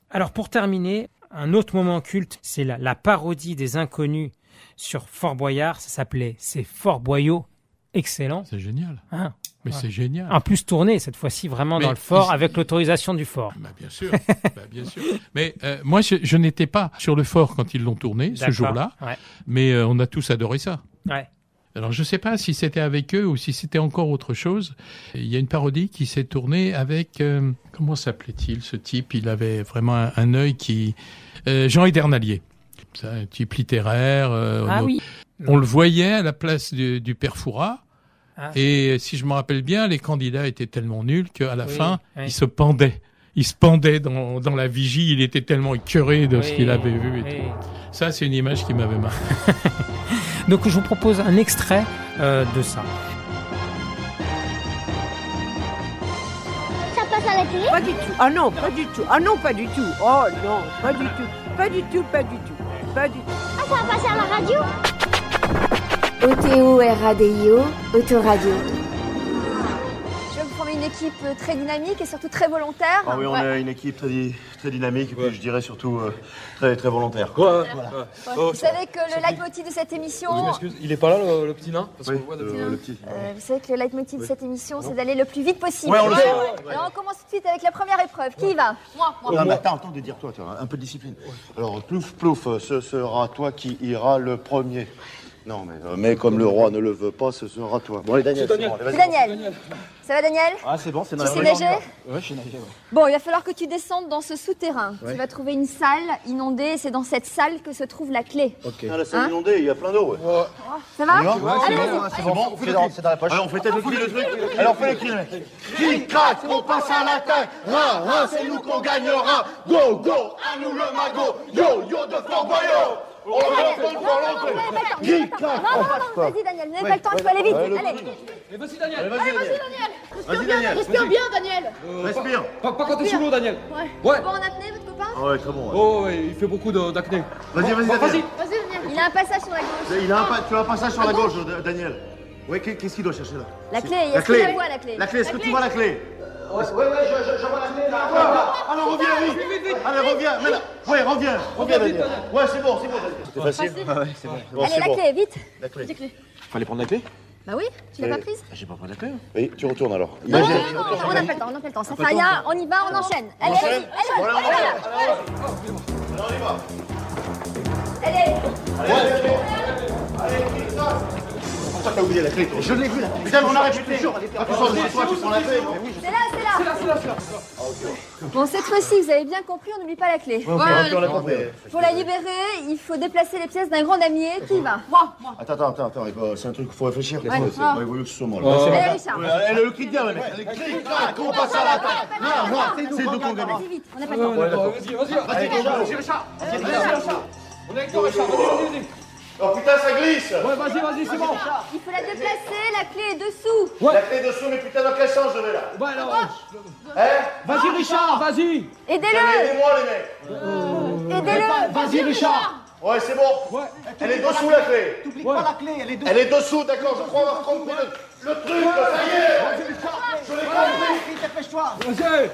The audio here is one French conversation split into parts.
Alors pour terminer, un autre moment culte, c'est la parodie des Inconnus sur Fort Boyard. Ça s'appelait C'est Fort Boyau. Excellent. C'est génial. Hein? Mais c'est génial. En plus tourné cette fois-ci vraiment dans le fort avec l'autorisation du fort. Bah, bien sûr. Bien sûr. Mais moi, je n'étais pas sur le fort quand ils l'ont tourné ce jour-là. Ouais. Mais on a tous adoré ça. Ouais. Alors je ne sais pas si c'était avec eux ou si c'était encore autre chose. Il y a une parodie qui s'est tournée avec... comment s'appelait-il ce type? Il avait vraiment un œil qui... Jean Edernalier. C'est un type littéraire. Oui. On le voyait à la place du père Fouras. Ah. Et si je me rappelle bien, les candidats étaient tellement nuls qu'à la fin, ils se pendaient. Il se pendait dans la vigie. Il était tellement écœuré de ce qu'il avait vu. Et tout. Ça, c'est une image qui m'avait marqué. Donc, je vous propose un extrait de ça. Ça passe à la télé? Pas du tout. Ah non, pas du tout. Ah non, pas du tout. Oh non, pas du tout. Pas du tout, pas du tout. Pas du tout. Ah, ça va passer à la radio? OTO-RADIO, Autoradio. Je vais vous former une équipe très dynamique et surtout très volontaire. Ah oui, on est une équipe très dynamique et puis je dirais surtout très volontaire. Voilà. Vous savez que le leitmotiv de cette émission... Je m'excuse, il est pas là le petit nain? Parce qu'on voit le petit. Vous savez que le leitmotiv de cette émission, c'est d'aller le plus vite possible. Ouais, on le sait. Alors on commence tout de suite avec la première épreuve. Qui y va? Moi. Non, mais attends de dire toi, un peu de discipline. Alors, plouf, ce sera toi qui ira le premier. Non, mais comme le roi ne le veut pas, ce sera toi. Bon, allez, Daniel. C'est Daniel. Ça va, Daniel? Ah, c'est bon, c'est dans la vraie. Tu sais nager? Ouais, je sais nager, ouais. Bon, il va falloir que tu descendes dans ce souterrain. Ouais. Tu vas trouver une salle inondée, c'est dans cette salle que se trouve la clé. Ok. La salle inondée, il y a plein d'eau, ouais. Ça va? Allez, c'est bon, c'est dans la poche. Allez, on fait peut-être le truc. Allez, on fait le cri, le mec. Cri, crac, on passe à l'attaque. Ra, c'est nous qu'on gagnera. Go, à nous le magot. Yo de Fort Boyau. Non, vas-y Daniel, vous n'avez pas le temps, il faut aller vite. Allez. Vas-y Daniel. Respire bien, Daniel. Respire. Pas quand t'es sous l'eau, Daniel. Ouais. Bon en apnée, votre copain? Ah ouais, très bon. Oh ouais, il fait beaucoup d'acné. Vas-y, Daniel. Il a un passage sur la gauche. Tu as un passage sur la gauche, Daniel. Ouais, qu'est-ce qu'il doit chercher là? La clé, est-ce qu'il la voit la clé? La clé, est-ce que tu vois la clé? Ouais, je vois la clé là. Alors reviens vite. Allez, reviens. Mais là. Ouais, reviens Daniel. Ouais, c'est bon. C'était facile. Ouais, c'est bon. Allez, la clé, vite. La clé. Fallait prendre la clé? Bah oui, tu l'as pas prise? J'ai pas pris la clé. Oui, tu retournes alors. Non, on n'a pas le temps, ça fait rien. On y va, on enchaîne. Allez, vas-y. On y va. Allez. Pourquoi t'as oublié la clé, toi? Je l'ai vu, la clé. Putain, on a répété. Tu prends la clé. C'est là. Bon, cette fois-ci, vous avez bien compris, on n'oublie pas la clé. On l'a compris. Pour la libérer, il faut déplacer les pièces d'un grand damier. Qui y va? Moi. Attends, c'est un truc qu'il faut réfléchir. Il vaut mieux que ce soit moi. Allez, Richard. Elle le crie bien, le mec. Elle crie, crac, on passe à l'attaque. C'est nous qu'on gagne. Vas-y vite, on n'a pas le temps. Vas-y, Richard. On est avec toi, Richard. Vas-y. Oh putain, ça glisse. Ouais, vas-y, c'est bon. Il faut la déplacer, la clé est dessous. Ouais. La clé dessous, mais putain, dans quel sens je vais là? Ouais, alors. Vas-y, Richard, vas-y. Aidez-le. Aidez-moi, les mecs. Aidez-le. Vas-y, Richard. Ouais, c'est bon. Ouais. Elle est dessous, la clé. T'oublies pas la clé, elle est dessous. Elle est dessous, d'accord, je crois avoir compris le truc, ça y est. Je l'ai compris. Dépêche-toi. Vas-y.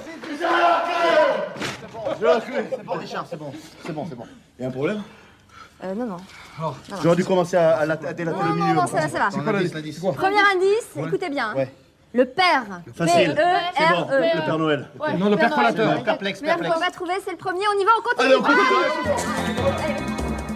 J'ai la clé. C'est bon, Richard, c'est bon. Il y a un problème? Non. J'aurais dû commencer à délater le milieu. Non, ça va. C'est quoi l'indice? Premier indice, écoutez bien. Ouais. Le père. Facile. P-E-R-E. C'est bon, le Père Noël. Non, le père Palateur. Perplexe. Mais on va trouver, c'est le premier, on y va, on continue. Allez, on continue.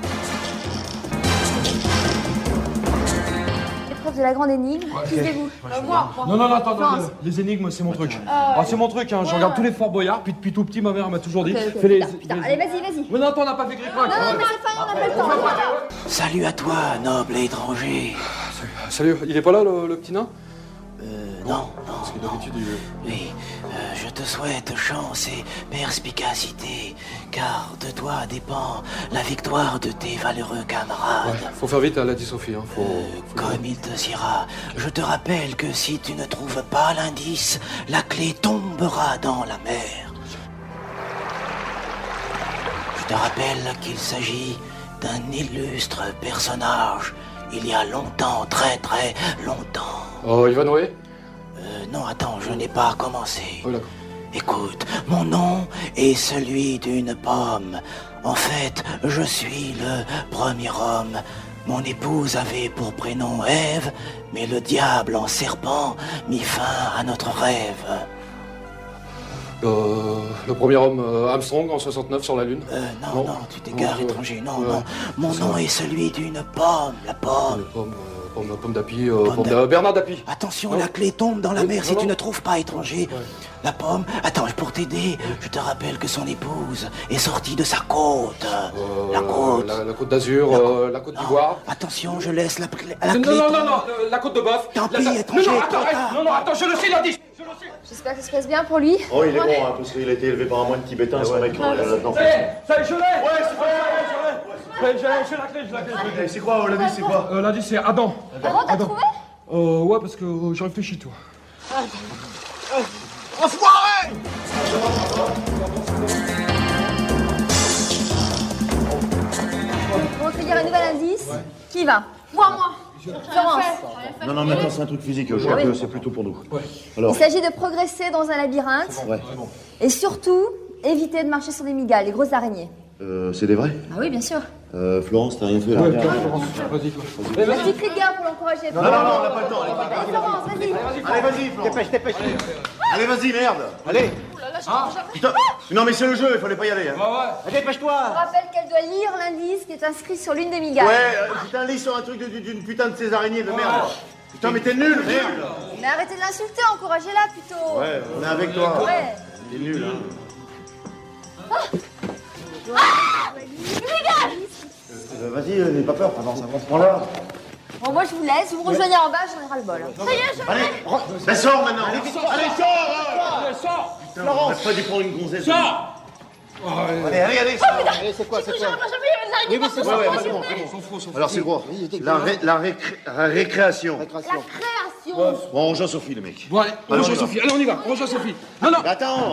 L'épreuve de la grande énigme, qui c'est vous? Moi. Non, attends, les énigmes, c'est mon truc. C'est mon truc, hein. Je regarde tous les Fort Boyard, puis depuis tout petit, ma mère m'a toujours dit. Fais les. Putain, allez, vas-y. Mais non, attends, on n'a pas fait grip-crac. Non, mais c'est pas, on n'a pas le temps. Salut à toi, noble étranger. Salut, il est pas là, le petit nain? Non. Parce que d'habitude, Oui, je te souhaite chance et perspicacité, car de toi dépend la victoire de tes valeureux camarades. Ouais, faut faire vite, elle a dit Sophie. Hein. Comme il te dira, je te rappelle que si tu ne trouves pas l'indice, la clé tombera dans la mer. Je te rappelle qu'il s'agit d'un illustre personnage, il y a longtemps, très longtemps. Oh, Ivan Noé? Non, attends, je n'ai pas commencé. Oh, d'accord. Écoute, mon nom est celui d'une pomme. En fait, je suis le premier homme. Mon épouse avait pour prénom Ève, mais le diable en serpent mit fin à notre rêve. Le premier homme Armstrong en 69 sur la Lune. Non, tu t'égares, étranger. Non. Mon nom est celui d'une pomme, la pomme. Pomme d'Api, Bernard d'Api. Attention, la clé tombe dans la mer si tu ne trouves pas, étranger. Ouais. La pomme, attends, pour t'aider, je te rappelle que son épouse est sortie de sa côte. La côte. La côte d'Azur, la côte d'Ivoire. Attention, je laisse la clé. Non, la côte de Boeuf. Tant pis, étranger. Attends, je le sais, l'indice. J'espère que ça se passe bien pour lui. Oh, il est bon, hein, parce qu'il a été élevé par un moine tibétain, ce mec. Ça y est, je l'ai. Ouais, c'est vrai, j'ai la clé. C'est quoi, l'indice, c'est quoi? L'indice, c'est Adam. Avant, t'as trouvé? Ouais, parce que j'ai réfléchi, toi. Enfoiré! On va te dire un nouvel indice. Qui va? Moi. Florence. Non, mais attends, c'est un truc physique, je crois que c'est plutôt pour nous. Ouais. Alors... Il s'agit de progresser dans un labyrinthe. Ouais. Et surtout, éviter de marcher sur des migales, les grosses araignées. C'est des vrais? Ah oui, bien sûr. Florence, t'as rien fait là? Ouais, Florence, vas-y, toi. Vas-y, Krieger pour l'encourager. Non, on n'a pas le temps. Allez, Florence, vas-y. Allez, vas-y, Florence. Dépêche. Allez, vas-y, merde. Allez. Putain. Non, mais c'est le jeu, il fallait pas y aller. Hein. Ouais. Dépêche-toi. Je rappelle qu'elle doit lire l'indice qui est inscrit sur l'une des migales. Ouais, putain, lis sur un truc d'une putain de ces araignées de merde. Putain, mais t'es nul, merde. Mais arrêtez de l'insulter, encouragez-la plutôt. Ouais, on est avec toi. Ouais. T'es nul, hein. Vas-y, n'aie pas peur, avance, prends-la. Bon, moi je vous laisse, vous me rejoignez en bas, j'en ai ras le bol. Ça y est, je Allez, sors maintenant. Allez, sors. Putain, on va pas défendre une gonzesse. Sors. Allez, Allez, c'est quoi? Oui, c'est Ouais, c'est bon. Alors, c'est quoi? La récréation. La création. Bon, on rejoint Sophie, le mec. Bon, allez, on rejoint Sophie. Allez, on y va, on rejoint Sophie. Non. Attends.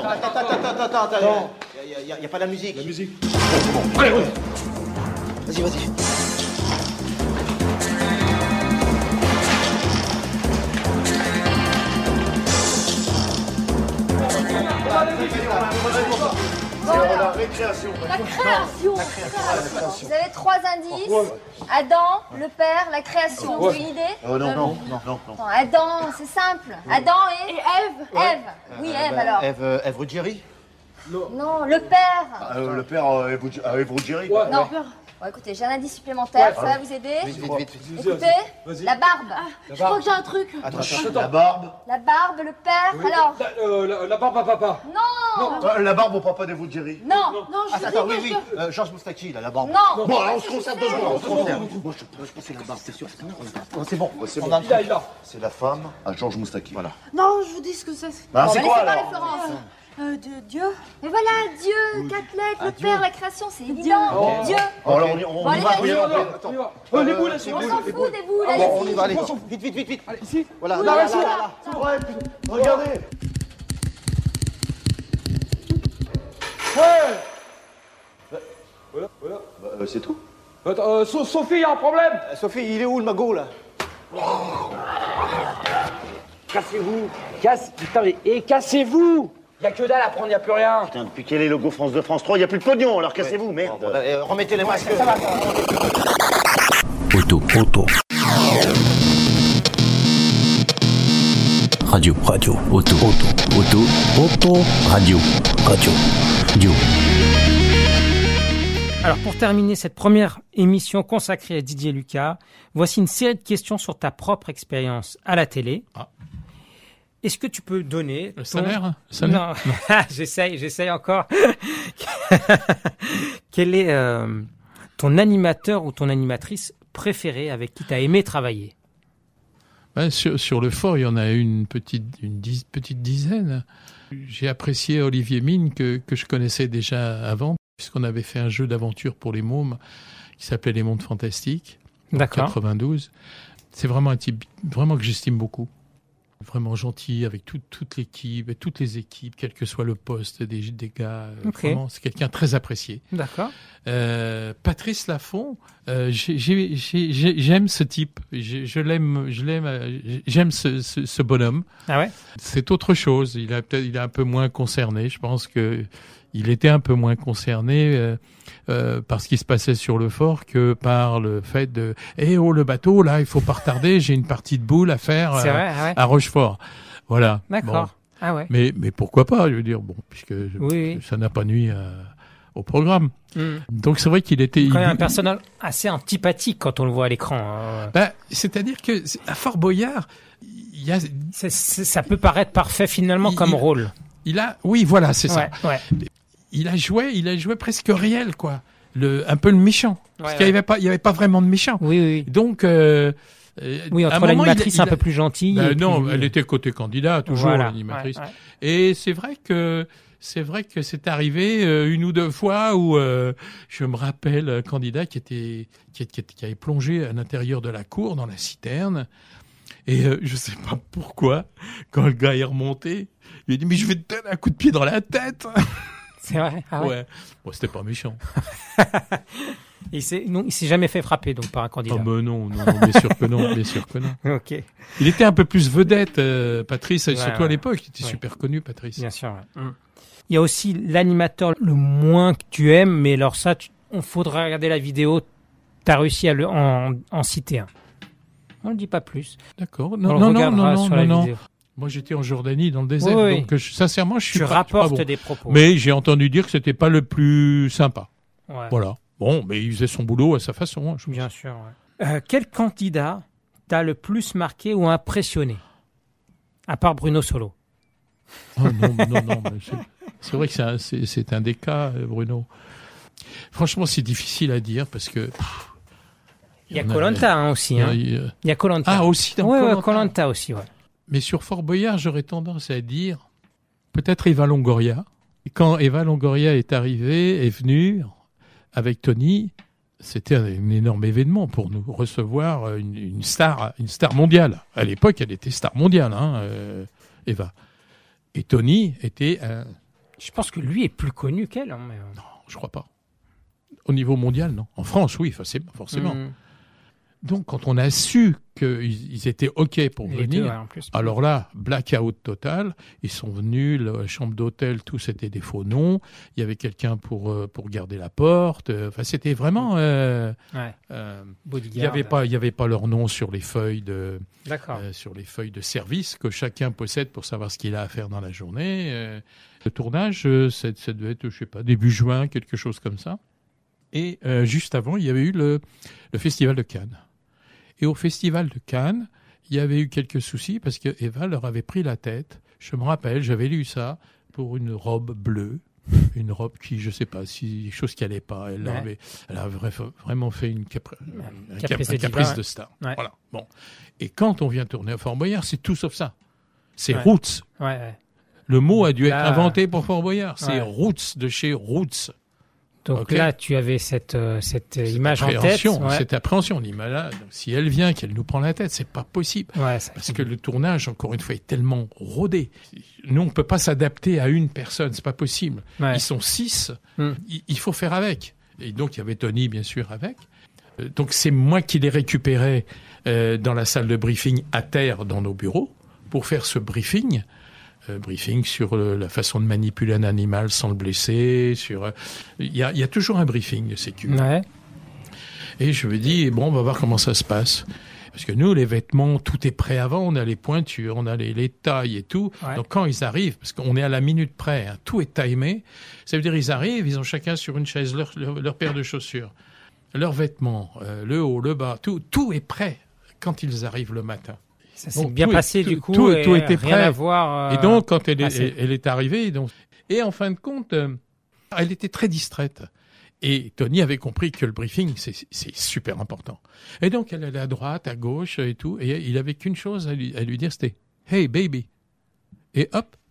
Y a pas la musique. La musique. Allez, Vas-y. La récréation. Vous avez 3 indices. Adam, le père, la création. Vous avez une idée? Non. Adam, c'est simple. Adam et Ève. Oui, Ève alors. Ève Ruggieri. Non, le père. Le père Ève Ruggieri. Non. Bon, écoutez, j'ai un indice supplémentaire, ça va vous aider. Vite. Écoutez, la barbe. Je crois que j'ai un truc. Attends. La barbe. La barbe, le père, alors. La barbe à papa. Non. La barbe au papa d'Ève Ruggieri. Non. Non, je suis Attends, oui. Georges Moustaki, là, la barbe. Non. Bon, alors on se conserve 2 secondes. Moi, je pense que c'est la barbe, c'est sûr. C'est bon. C'est bon. Il a. C'est la femme à Georges Moustaki. Voilà. Non, je vous dis ce que c'est. Bah, c'est quoi Laissez parler alors? Florence. Dieu. Mais voilà, Dieu, 4 lettres, le père, la création, c'est évident. Dieu. Alors on y va. Attends. Les boules, On s'en fout des boules, On y va, allez-y. allez. Vite. Allez, ici. Voilà. Là. Ouais, regardez. Voilà. C'est tout. Attends, Sophie, il y a un problème. Sophie, il est où le magot, là? Cassez-vous. Putain, mais cassez-vous. Y a que dalle à prendre, y a plus rien. Putain, depuis quel est le logo France 2, France 3, y a plus de pognon, alors cassez-vous, merde. Remettez les masques. Ça va. Auto. Radio. Auto. Radio. Alors pour terminer cette première émission consacrée à Didier Lucas, voici une série de questions sur ta propre expérience à la télé. Est-ce que tu peux donner le salaire? Non, j'essaye encore. Quel est ton animateur ou ton animatrice préférée avec qui tu as aimé travailler? Sur le fort, il y en a une petite dizaine. J'ai apprécié Olivier Mine que je connaissais déjà avant, puisqu'on avait fait un jeu d'aventure pour les mômes qui s'appelait Les Mondes Fantastiques en 92. C'est vraiment un type vraiment que j'estime beaucoup. Vraiment gentil avec toute l'équipe, et toutes les équipes, quel que soit le poste des gars. Vraiment, c'est quelqu'un très apprécié. D'accord. Patrice Laffont, j'aime ce type. Je l'aime. J'aime ce bonhomme. Ah ouais. C'est autre chose. Il est un peu moins concerné. Je pense que il était un peu moins concerné par ce qui se passait sur le fort que par le fait de le bateau là, il faut pas retarder, j'ai une partie de boule à faire à Rochefort. Voilà. D'accord. Bon. Ah ouais. Mais pourquoi pas, je veux dire, puisque ça n'a pas nuit au programme. Donc c'est vrai qu'il était quand même un personnage assez antipathique quand on le voit à l'écran. C'est-à-dire que à Fort Boyard, ça peut paraître parfait finalement comme rôle. C'est ça. Ouais. Il a joué presque réel, quoi. Un peu le méchant. Parce qu'il y avait pas vraiment de méchant. Oui. Donc, entre l'animatrice un peu plus gentille. Elle était côté candidat, toujours, l'animatrice. Ouais. Et c'est vrai que c'est arrivé une ou deux fois où je me rappelle un candidat qui avait plongé à l'intérieur de la cour dans la citerne. Et je sais pas pourquoi, quand le gars est remonté, il a dit, mais je vais te donner un coup de pied dans la tête. C'est vrai? Ah ouais. Bon, c'était pas méchant. Il s'est jamais fait frapper, donc, par un candidat. Ah, non, bien sûr que non. Ok. Il était un peu plus vedette, Patrice, surtout à l'époque. Il était super connu, Patrice. Bien sûr, Il y a aussi l'animateur le moins que tu aimes, mais alors ça, on faudra regarder la vidéo. T'as réussi à en citer un. On ne le dit pas plus. D'accord. Non. Moi, j'étais en Jordanie, dans le désert, donc sincèrement, je suis pas rapportes des propos. Mais j'ai entendu dire que c'était pas le plus sympa. Ouais. Voilà. Bon, mais il faisait son boulot à sa façon. Bien sûr. Ouais. Quel candidat t'a le plus marqué ou impressionné, à part Bruno Solo? Non. C'est vrai que c'est un des cas, Bruno. Franchement, c'est difficile à dire parce que. Il y a Koh-Lanta aussi. Il y a Koh-Lanta. Ah, aussi dans Koh-Lanta aussi, ouais. Mais sur Fort Boyard, j'aurais tendance à dire peut-être Eva Longoria. Et quand Eva Longoria est venue avec Tony, c'était un énorme événement pour nous, recevoir une star mondiale. À l'époque, elle était star mondiale, Eva. Et Tony était Je pense que lui est plus connu qu'elle. Hein, mais... Non, je crois pas. Au niveau mondial, non. En France, oui, forcément. Donc, quand on a su qu'ils étaient OK pour venir, alors là, blackout total. Ils sont venus, la chambre d'hôtel, tout, c'était des faux noms. Il y avait quelqu'un pour garder la porte. Enfin, c'était vraiment... il n'y avait pas leur nom sur les feuilles de service que chacun possède pour savoir ce qu'il a à faire dans la journée. Le tournage, ça devait être, je sais pas, début juin, quelque chose comme ça. Et juste avant, il y avait eu le Festival de Cannes. Et au Festival de Cannes, il y avait eu quelques soucis parce que Eva leur avait pris la tête. Je me rappelle, j'avais lu ça pour une robe bleue. Une robe qui, je sais pas, si quelque chose qui allait pas. Elle a vraiment fait un caprice de star. Ouais. Voilà. Bon. Et quand on vient tourner à Fort Boyard, c'est tout sauf ça. C'est Roots. Ouais. Le mot a dû être inventé pour Fort Boyard. C'est Roots de chez Roots. Donc là, tu avais cette image en tête. Cette appréhension. On dit, là, si elle vient, qu'elle nous prend la tête, c'est pas possible. Parce que le tournage, encore une fois, est tellement rodé. Nous, on peut pas s'adapter à une personne, c'est pas possible. Ils sont 6, il faut faire avec. Et donc, il y avait Tony, bien sûr, avec. Donc, c'est moi qui l'ai récupéré dans la salle de briefing à terre, dans nos bureaux, pour faire ce briefing sur la façon de manipuler un animal sans le blesser. Il y a toujours un briefing de sécu. Ouais. Et je me dis, on va voir comment ça se passe. Parce que nous, les vêtements, tout est prêt avant. On a les pointures, on a les tailles et tout. Ouais. Donc quand ils arrivent, parce qu'on est à la minute près, tout est timé. Ça veut dire ils arrivent, ils ont chacun sur une chaise leur paire de chaussures, leurs vêtements, le haut, le bas, tout est prêt quand ils arrivent le matin. Ça s'est bien passé du coup. Tout était prêt. Rien à voir. Et donc, quand elle est arrivée, et en fin de compte, elle était très distraite. Et Tony avait compris que le briefing, c'est super important. Et donc, elle allait à droite, à gauche et tout. Et il avait qu'une chose à lui dire, c'était « Hey, baby ». Et hop,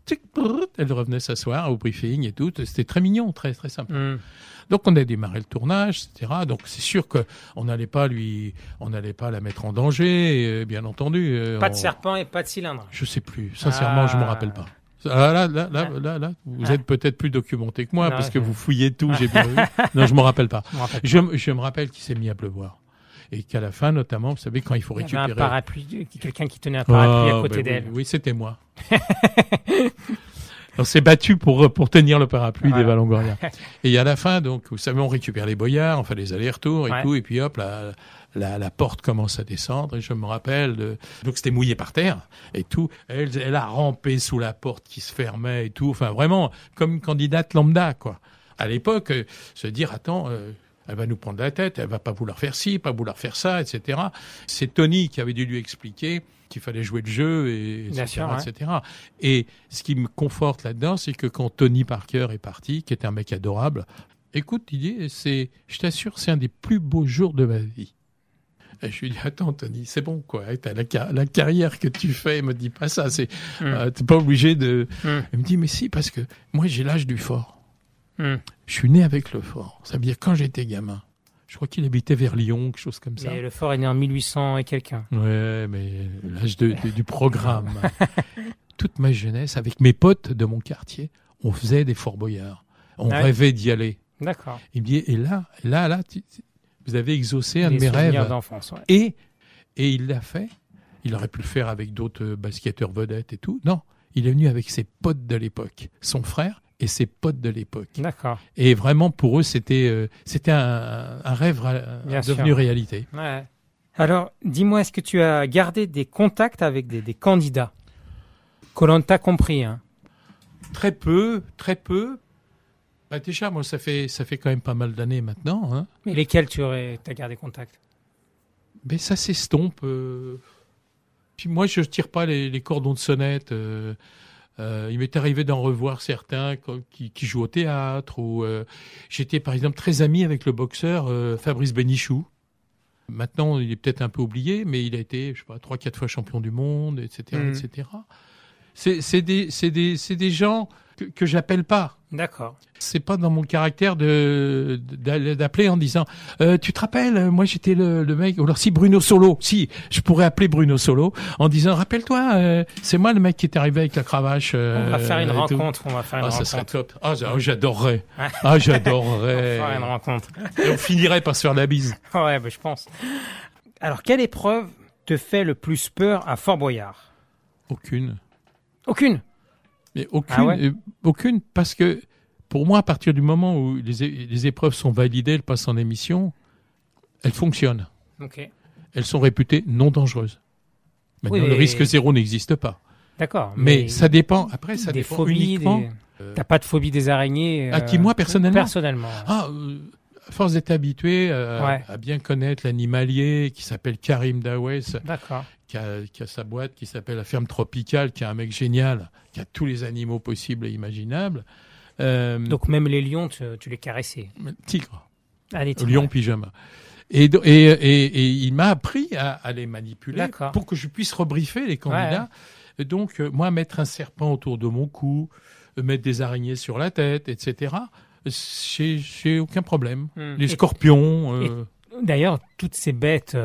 elle revenait s'asseoir au briefing et tout. C'était très mignon, très, très sympa. Donc, on a démarré le tournage, etc. Donc, c'est sûr qu'on n'allait pas la mettre en danger, bien entendu. Pas de serpent et pas de cylindre. Je sais plus. Sincèrement, je me rappelle pas. Là, vous êtes peut-être plus documenté que moi, parce que vous fouillez tout, j'ai bien vu. Non, je me rappelle pas. Je me rappelle qu'il s'est mis à pleuvoir. Et qu'à la fin, notamment, vous savez, quand il faut récupérer... Il y avait un parapluie, quelqu'un qui tenait un parapluie à côté d'elle. Oui, c'était moi. On s'est battu pour tenir le parapluie des Longoria. Et à la fin, donc, vous savez, on récupère les boyards, on fait les allers-retours et tout, et puis hop, la porte commence à descendre, et je me rappelle, donc c'était mouillé par terre, et tout. Elle a rampé sous la porte qui se fermait et tout. Enfin, vraiment, comme une candidate lambda, quoi. À l'époque, se dire, attends... elle va nous prendre la tête, elle va pas vouloir faire ci, pas vouloir faire ça, etc. C'est Tony qui avait dû lui expliquer qu'il fallait jouer le jeu, etc. Et ce qui me conforte là-dedans, c'est que quand Tony Parker est parti, qui est un mec adorable, écoute Didier, je t'assure, c'est un des plus beaux jours de ma vie. Et je lui dis, attends Tony, c'est bon quoi, t'as la carrière que tu fais, me dis pas ça, t'es pas obligé de... Il me dit, mais si, parce que moi j'ai l'âge du fort. Je suis né avec le fort. Ça veut dire quand j'étais gamin. Je crois qu'il habitait vers Lyon, quelque chose comme ça. Mais le fort est né en 1800 et quelqu'un. Ouais, mais l'âge du programme. Toute ma jeunesse, avec mes potes de mon quartier, on faisait des Fort Boyard. On rêvait d'y aller. D'accord. Il me dit, et là, vous avez exaucé un de mes rêves. D'enfance, ouais. Et il l'a fait. Il aurait pu le faire avec d'autres basketteurs vedettes et tout. Non, il est venu avec ses potes de l'époque. Son frère et ses potes de l'époque. D'accord. Et vraiment, pour eux, c'était un rêve devenu réalité. Ouais. Alors, dis-moi, est-ce que tu as gardé des contacts avec des candidats Koh-Lanta compris, hein? Très peu. Bah déjà, moi, ça fait quand même pas mal d'années maintenant. Hein. Mais lesquels tu as gardé contact? Mais ça s'estompe. Puis moi, je tire pas les cordons de sonnette. Il m'est arrivé d'en revoir certains qui jouent au théâtre. Ou j'étais par exemple très ami avec le boxeur Fabrice Bénichou. Maintenant, il est peut-être un peu oublié, mais il a été, je sais pas, 3-4 fois champion du monde, etc., etc. C'est des gens que j'appelle pas. D'accord. C'est pas dans mon caractère d'appeler en disant tu te rappelles, moi j'étais le mec, ou alors si Bruno Solo, si je pourrais appeler Bruno Solo en disant rappelle-toi, c'est moi le mec qui est arrivé avec la cravache. On va faire une rencontre, ça serait top. J'adorerais. J'adorerais. On va faire une rencontre. Et on finirait par se faire la bise. Ouais, je pense. Alors quelle épreuve te fait le plus peur à Fort Boyard? Aucune. Mais aucune, parce que pour moi, à partir du moment où les épreuves sont validées, elles passent en émission, elles fonctionnent. Okay. Elles sont réputées non dangereuses. Maintenant, le risque zéro n'existe pas. D'accord. Mais ça dépend. Après, ça dépend uniquement. T'as pas de phobie des araignées À qui, moi, personnellement? Personnellement. À force d'être habitué à bien connaître l'animalier qui s'appelle Karim Dawes. D'accord. Qui a sa boîte qui s'appelle La Ferme Tropicale, qui est un mec génial, qui a tous les animaux possibles et imaginables. Donc même les lions, tu les caressais? Tigre. Ah, les tigres. Lion pyjama. Et il m'a appris à les manipuler pour que je puisse rebriefer les candidats. Ouais. Donc, moi, mettre un serpent autour de mon cou, mettre des araignées sur la tête, etc., j'ai aucun problème. Les scorpions... D'ailleurs, toutes ces bêtes...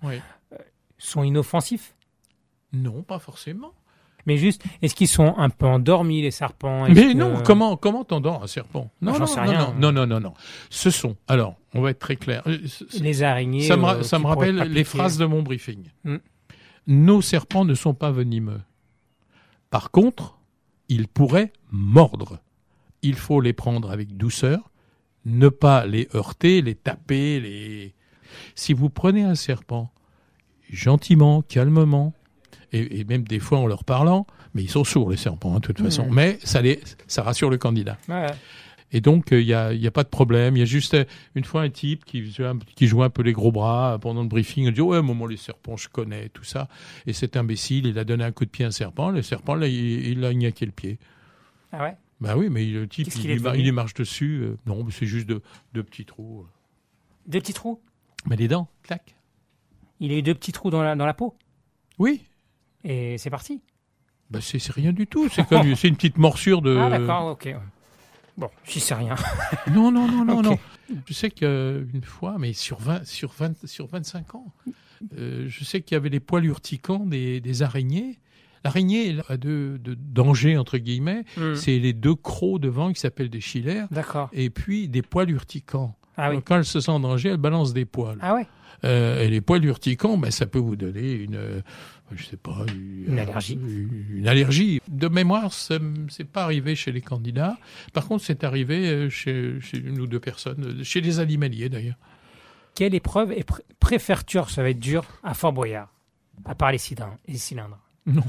sont inoffensifs? Non, pas forcément. Mais juste, est-ce qu'ils sont un peu endormis, les serpents? Mais non, comment t'endors un serpent? Non, non. Ce sont, alors, on va être très clair. Les araignées. Ça me rappelle les phrases de mon briefing. Nos serpents ne sont pas venimeux. Par contre, ils pourraient mordre. Il faut les prendre avec douceur, ne pas les heurter, les taper, Si vous prenez un serpent gentiment, calmement, et même des fois en leur parlant, mais ils sont sourds les serpents, de toute façon, mais ça rassure le candidat. Ouais. Et donc, il y a pas de problème. Il y a juste une fois un type qui joue un peu les gros bras pendant le briefing. Il dit, ouais, maman, les serpents, je connais, tout ça. Et cet imbécile, il a donné un coup de pied à un serpent. Le serpent, là, il a ignaqué le pied. Ah ouais? Bah oui, mais le type, il marche dessus. Non, mais c'est juste deux petits trous. Deux petits trous? Mais les dents, clac. Il a eu deux petits trous dans la peau? Oui. Et c'est parti? Bah c'est rien du tout. C'est comme c'est une petite morsure de. Ah d'accord, ok. Bon, j'y sais rien. Non. Okay. Non. Je sais qu'une fois, mais sur 25 ans, je sais qu'il y avait les poils urticants des araignées. L'araignée a deux dangers, entre guillemets. C'est les 2 crocs devant qui s'appellent des chilaires. D'accord. Et puis des poils urticants. Ah oui. Donc, quand elle se sent en danger, elle balance des poils. Ah ouais. Et les poils urticants, ça peut vous donner une allergie. Une allergie. De mémoire, c'est pas arrivé chez les candidats. Par contre, c'est arrivé chez 1 ou 2 personnes, chez les animaliers d'ailleurs. Quelle épreuve préfères-tu, ça va être dur, à Fort Boyard, à part les cylindres? Non.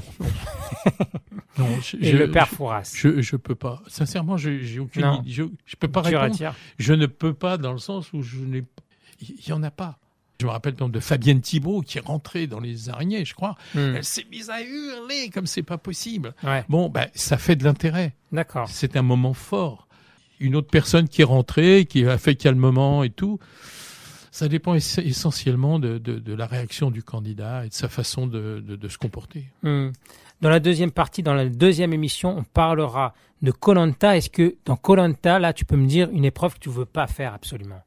Non, le père Fouras. Je peux pas. Sincèrement, j'ai aucune idée. Je peux pas répondre. Je ne peux pas dans le sens où il y en a pas. Je me rappelle de Fabienne Thibault qui est rentrée dans les araignées, je crois. Elle s'est mise à hurler comme c'est pas possible. Ouais. Bon, ça fait de l'intérêt. D'accord. C'est un moment fort. Une autre personne qui est rentrée, qui a fait calmement et tout. Ça dépend essentiellement de la réaction du candidat et de sa façon de se comporter. Dans la deuxième partie, dans la deuxième émission, on parlera de Koh-Lanta. Est-ce que dans Koh-Lanta, là, tu peux me dire une épreuve que tu veux pas faire absolument?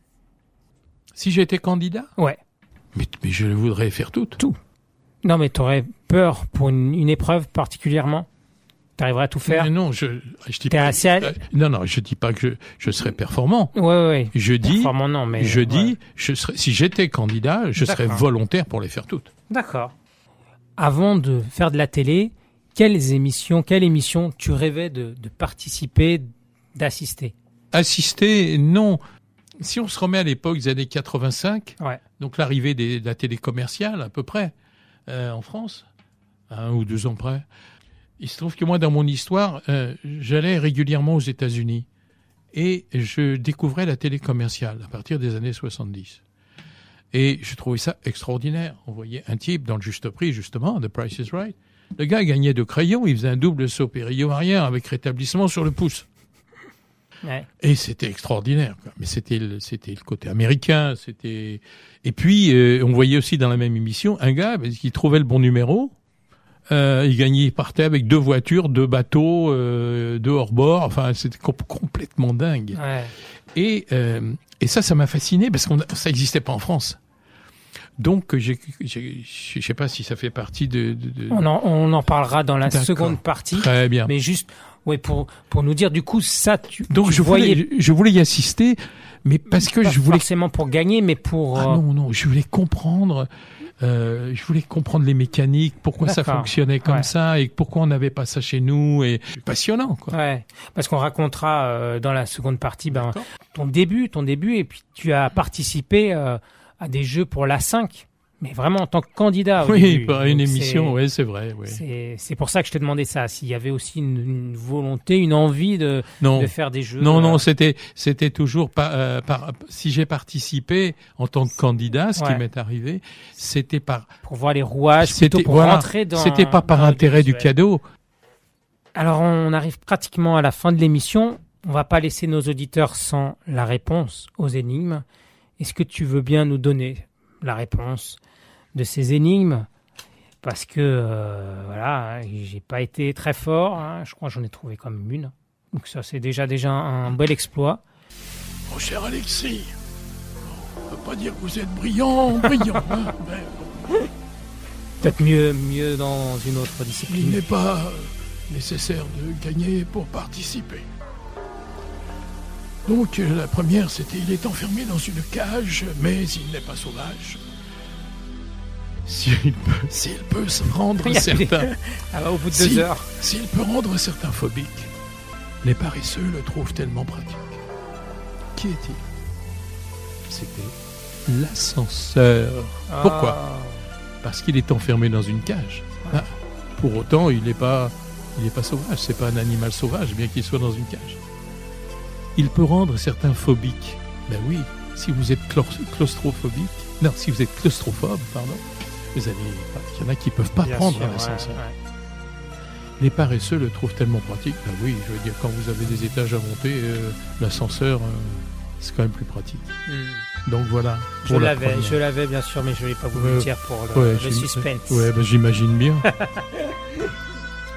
Si j'étais candidat? Ouais. Mais je voudrais faire toutes. Tout. Non, mais tu aurais peur pour une épreuve particulièrement? Tu arriverais à tout faire? Non, je dis pas. Non, je dis pas que je serais performant. Ouais. Je dis. Performant, non, mais. Je dis, si j'étais candidat, je serais volontaire pour les faire toutes. D'accord. Avant de faire de la télé, quelle émission tu rêvais de participer, d'assister? Assister, non. Si on se remet à l'époque des années 85, donc l'arrivée de la télé commerciale à peu près en France, 1 ou 2 ans près, il se trouve que moi, dans mon histoire, j'allais régulièrement aux États-Unis et je découvrais la télé commerciale à partir des années 70. Et je trouvais ça extraordinaire. On voyait un type dans le juste prix, justement, The Price is Right. Le gars gagnait de crayon, il faisait un double saut périllon arrière avec rétablissement sur le pouce. Ouais. Et c'était extraordinaire, quoi. Mais c'était le côté américain. Et puis, on voyait aussi dans la même émission un gars qui trouvait le bon numéro. Il partait avec 2 voitures, 2 bateaux, 2 hors-bord. Enfin, c'était complètement dingue. Ouais. Et ça m'a fasciné parce que ça n'existait pas en France. Donc, je sais pas si ça fait partie de... On en parlera dans la seconde partie. Très bien. Mais juste, pour nous dire, du coup, ça, Donc, je voulais y assister, mais parce que je voulais... forcément pour gagner, mais pour... Ah non, je voulais comprendre... les mécaniques, pourquoi ça fonctionnait comme ça et pourquoi on n'avait pas ça chez nous. Et passionnant, quoi. Ouais, parce qu'on racontera dans la seconde partie ton début, et puis tu as participé à des jeux pour l'A5, mais vraiment en tant que candidat. Oui, par une émission, c'est vrai. Oui. C'est pour ça que je te demandais ça, s'il y avait aussi une volonté, une envie de faire des jeux. Non, c'était toujours pas. Si j'ai participé en tant que candidat, ce qui m'est arrivé, c'était pour voir les rouages, plutôt pour rentrer dans. C'était pas par intérêt du cadeau. Alors on arrive pratiquement à la fin de l'émission. On va pas laisser nos auditeurs sans la réponse aux énigmes. Est-ce que tu veux bien nous donner la réponse de ces énigmes? Parce que, j'ai pas été très fort. Je crois que j'en ai trouvé quand même une. Donc ça, c'est déjà un bel exploit. Mon cher Alexis, on ne peut pas dire que vous êtes brillant. Peut-être mieux dans une autre discipline. Il n'est pas nécessaire de gagner pour participer. Donc, la première, c'était il est enfermé dans une cage, mais il n'est pas sauvage. S'il peut se rendre certains... au bout de 2 heures. S'il peut rendre certains phobiques, les paresseux le trouvent tellement pratique. Qui est-il? C'était l'ascenseur. Pourquoi? Parce qu'il est enfermé dans une cage. Pour autant, il n'est pas sauvage. C'est pas un animal sauvage, bien qu'il soit dans une cage. Il peut rendre certains phobiques. Ben oui, si vous êtes claustrophobique, si vous êtes claustrophobe, il y en a qui peuvent pas prendre l'ascenseur. Ouais. Les paresseux le trouvent tellement pratique. Ben oui, je veux dire, quand vous avez des étages à monter, l'ascenseur, c'est quand même plus pratique. Donc voilà. Je l'avais bien sûr, mais je ne l'ai pas voulu dire pour le suspense. Ouais, j'imagine bien.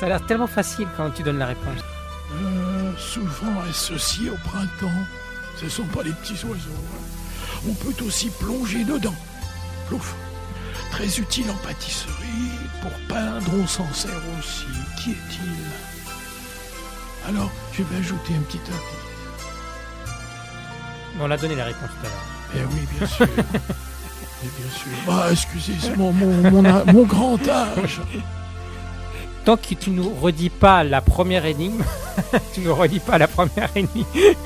Ça a l'air tellement facile quand tu donnes la réponse. Souvent associé au printemps. Ce ne sont pas les petits oiseaux. On peut aussi plonger dedans. Plouf. Très utile en pâtisserie. Pour peindre, on s'en sert aussi. Qui est-il? Alors, je vais ajouter un petit indice. On l'a donné la réponse tout à l'heure. Eh oui, bien sûr. Bien sûr. Excusez, c'est mon grand âge. Tant que tu nous redis pas la première énigme, tu nous redis pas la première énigme.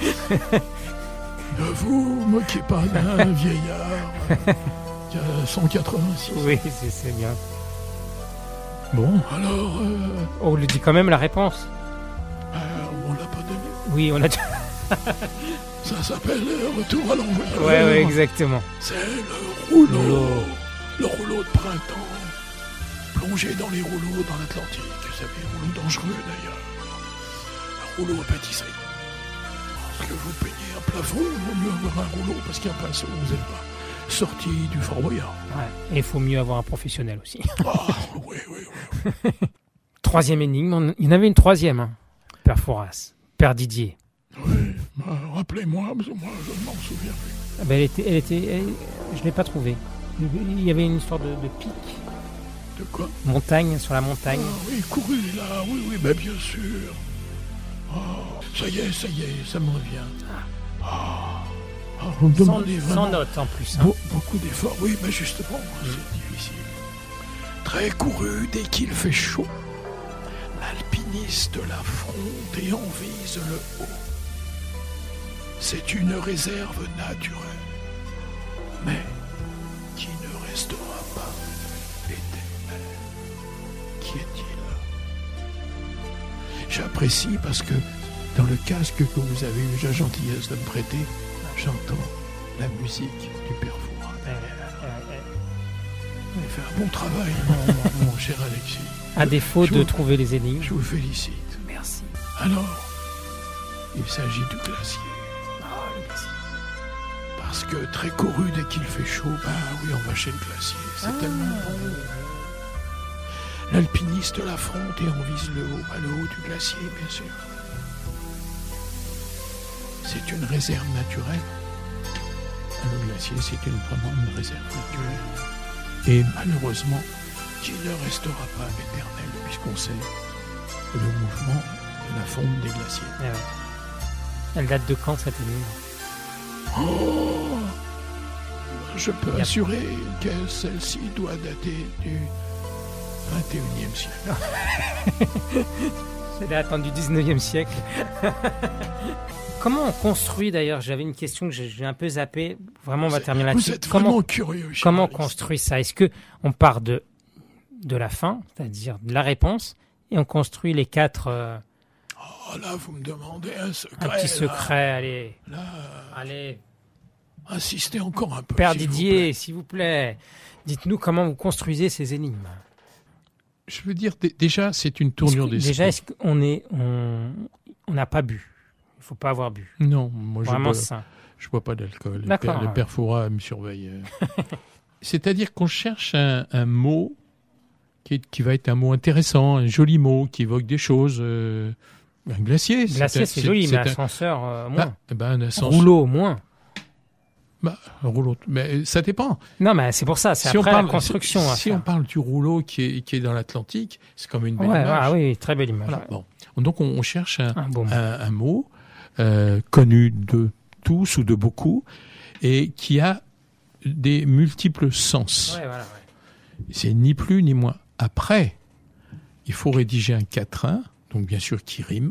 Ne vous moquez pas d'un vieillard qui a 186. Oui, c'est bien. Bon, alors... On lui dit quand même la réponse. On l'a pas donné. Oui, on a... Ça s'appelle Retour à l'envers. Ouais, exactement. C'est le rouleau. Le rouleau de printemps. Plongé dans les rouleaux dans l'Atlantique. Vous savez, rouleau dangereux d'ailleurs. Un rouleau à pâtisserie. Parce que vous peignez un plafond, il vaut mieux avoir un rouleau parce qu'il y a un pinceau, vous n'êtes pas sorti du Fort Boyard. Ouais. Et il faut mieux avoir un professionnel aussi. Oui. Troisième énigme, il y en avait une troisième, hein. Père Fouras, Père Didier. Oui, rappelez-moi, parce que moi je ne m'en souviens plus. Elle était, je ne l'ai pas trouvée. Il y avait une histoire de pic. De quoi? Montagne, sur la montagne. Oui, couru là, oui, bien sûr. Ça y est, ça me revient. Vous me demandez sans note en plus. Hein. Beaucoup d'efforts, oui, mais justement, c'est difficile. Très couru dès qu'il fait chaud, l'alpiniste l'affronte et en vise le haut. C'est une réserve naturelle, mais qui ne restera pas éternelle. Qui est-il? J'apprécie parce que dans le casque que vous avez eu la gentillesse de me prêter, j'entends la musique du Père Fouras. Vous avez fait un bon travail, mon cher Alexis. À défaut de trouver les énigmes. Je vous félicite. Merci. Alors, il s'agit du glacier. Le glacier. Parce que très couru dès qu'il fait chaud, oui, on va chez le glacier. C'est tellement bon. L'alpiniste l'affronte et on vise le haut du glacier, bien sûr. C'est une réserve naturelle. Le glacier, c'est vraiment une réserve naturelle. Et malheureusement, qui ne restera pas éternel, puisqu'on sait le mouvement de la fonte des glaciers. Ouais. Elle date de quand, cette énigme? Je peux assurer que celle-ci doit dater du 21e siècle. Elle date du 19e siècle. Comment on construit d'ailleurs? J'avais une question que j'ai un peu zappée. Vraiment, on va terminer là-dessus. Vous êtes vraiment curieux. Comment on construit ça? Est-ce que on part de la fin, c'est-à-dire de la réponse, et on construit les quatre... là, vous me demandez un secret. Un petit secret, allez. Là, allez. Insistez encore un peu. Père Didier, s'il vous plaît, dites-nous comment vous construisez ces énigmes. Je veux dire, déjà, c'est une tournure d'esprit. Déjà, est-ce qu'on n'a pas bu? Il ne faut pas avoir bu. Non, moi vraiment je bois pas d'alcool. D'accord. Le Père Fouras me surveille. C'est-à-dire qu'on cherche un mot qui va être un mot intéressant, un joli mot qui évoque des choses. Un glacier. Glacier, c'est joli, mais ascenseur, moins. Un ascenseur. Rouleau, moins. Un rouleau, mais ça dépend. Non, mais c'est pour ça, c'est après la construction. Si on parle du rouleau qui est dans l'Atlantique, c'est comme une belle image. Ah oui, très belle image. Voilà. Bon. Donc on cherche un mot connu de tous ou de beaucoup et qui a des multiples sens. Ouais. C'est ni plus ni moins. Après, il faut rédiger un quatrain, donc bien sûr qui rime,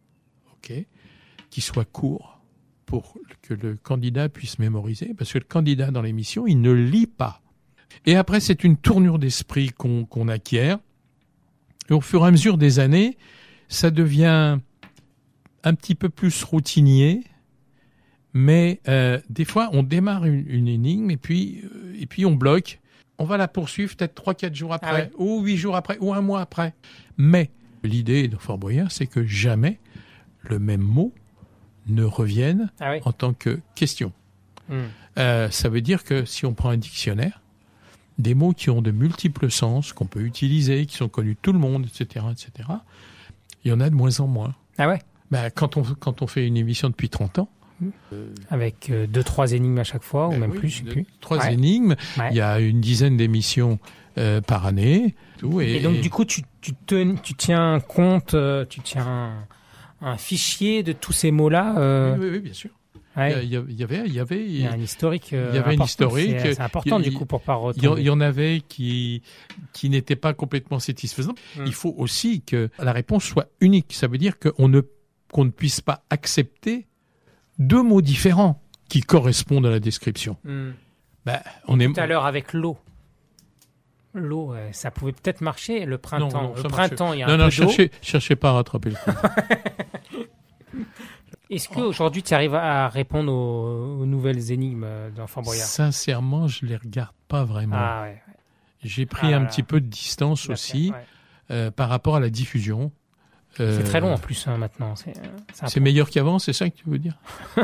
qui soit court, pour que le candidat puisse mémoriser, parce que le candidat dans l'émission, il ne lit pas. Et après, c'est une tournure d'esprit qu'on acquiert. Et au fur et à mesure des années, ça devient un petit peu plus routinier, mais des fois, on démarre une énigme et puis on bloque. On va la poursuivre peut-être 3-4 jours après, ou 8 jours après, ou un mois après. Mais l'idée de Fort Boyard, c'est que jamais le même mot ne reviennent en tant que question. Ça veut dire que si on prend un dictionnaire, des mots qui ont de multiples sens, qu'on peut utiliser, qui sont connus de tout le monde, etc., etc., il y en a de moins en moins. Ah ouais? Quand on fait une émission depuis 30 ans, avec 2-3 énigmes à chaque fois, ou même plus, je sais plus. 3 énigmes, il y a une dizaine d'émissions par année. Et donc, du coup, tu tiens compte, tu tiens un fichier de tous ces mots-là Oui, bien sûr. Ouais. Il y a un historique. Il y avait un historique. C'est important, du coup, pour pas retomber. Il y en avait qui n'étaient pas complètement satisfaisants. Il faut aussi que la réponse soit unique. Ça veut dire qu'on ne puisse pas accepter 2 mots différents qui correspondent à la description. On est tout à l'heure avec l'eau. L'eau, ça pouvait peut-être marcher. Le printemps, il y a un peu d'eau. Cherchez pas à rattraper le coup. Est-ce qu'aujourd'hui, tu arrives à répondre aux nouvelles énigmes dans Fort Boyard? Sincèrement, je les regarde pas vraiment. Ah, ouais. J'ai pris un petit peu de distance aussi par rapport à la diffusion. C'est très long en plus maintenant. C'est meilleur qu'avant, c'est ça que tu veux dire?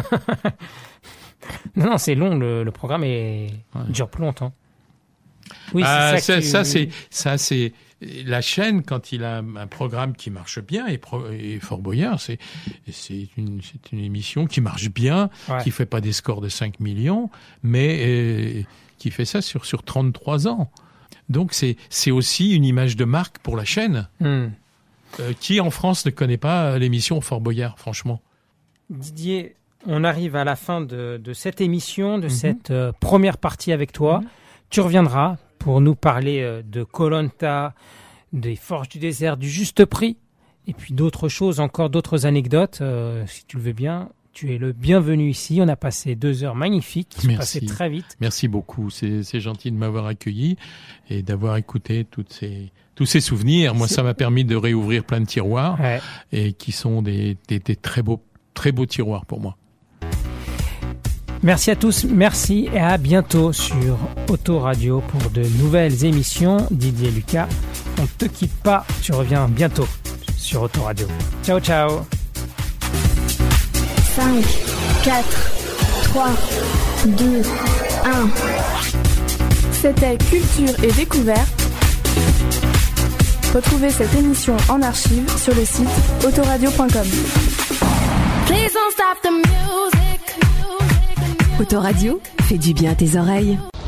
Non, c'est long. Le programme dure plus longtemps. Oui, ça c'est la chaîne quand il a un programme qui marche bien et Fort Boyard, c'est une émission qui marche bien, qui fait pas des scores de 5 millions, mais qui fait ça sur 33 ans. Donc c'est aussi une image de marque pour la chaîne. Qui en France ne connaît pas l'émission Fort Boyard, franchement? Didier, on arrive à la fin de cette émission, de cette première partie avec toi. Tu reviendras pour nous parler de Koh-Lanta, des Forges du désert, du Juste Prix, et puis d'autres choses, encore d'autres anecdotes. Si tu le veux bien, tu es le bienvenu ici. On a passé 2 heures magnifiques, qui sont passées très vite. Merci beaucoup, c'est gentil de m'avoir accueilli et d'avoir écouté tous ces souvenirs. Moi, ça m'a permis de réouvrir plein de tiroirs et qui sont des très beaux tiroirs pour moi. Merci à tous, merci et à bientôt sur Autoradio pour de nouvelles émissions. Didier et Lucas, on ne te quitte pas, tu reviens bientôt sur Autoradio. Ciao, ciao. 5, 4, 3, 2, 1. C'était Culture et Découverte. Retrouvez cette émission en archive sur le site autoradio.com. Please don't stop the music. Autoradio, fait du bien à tes oreilles.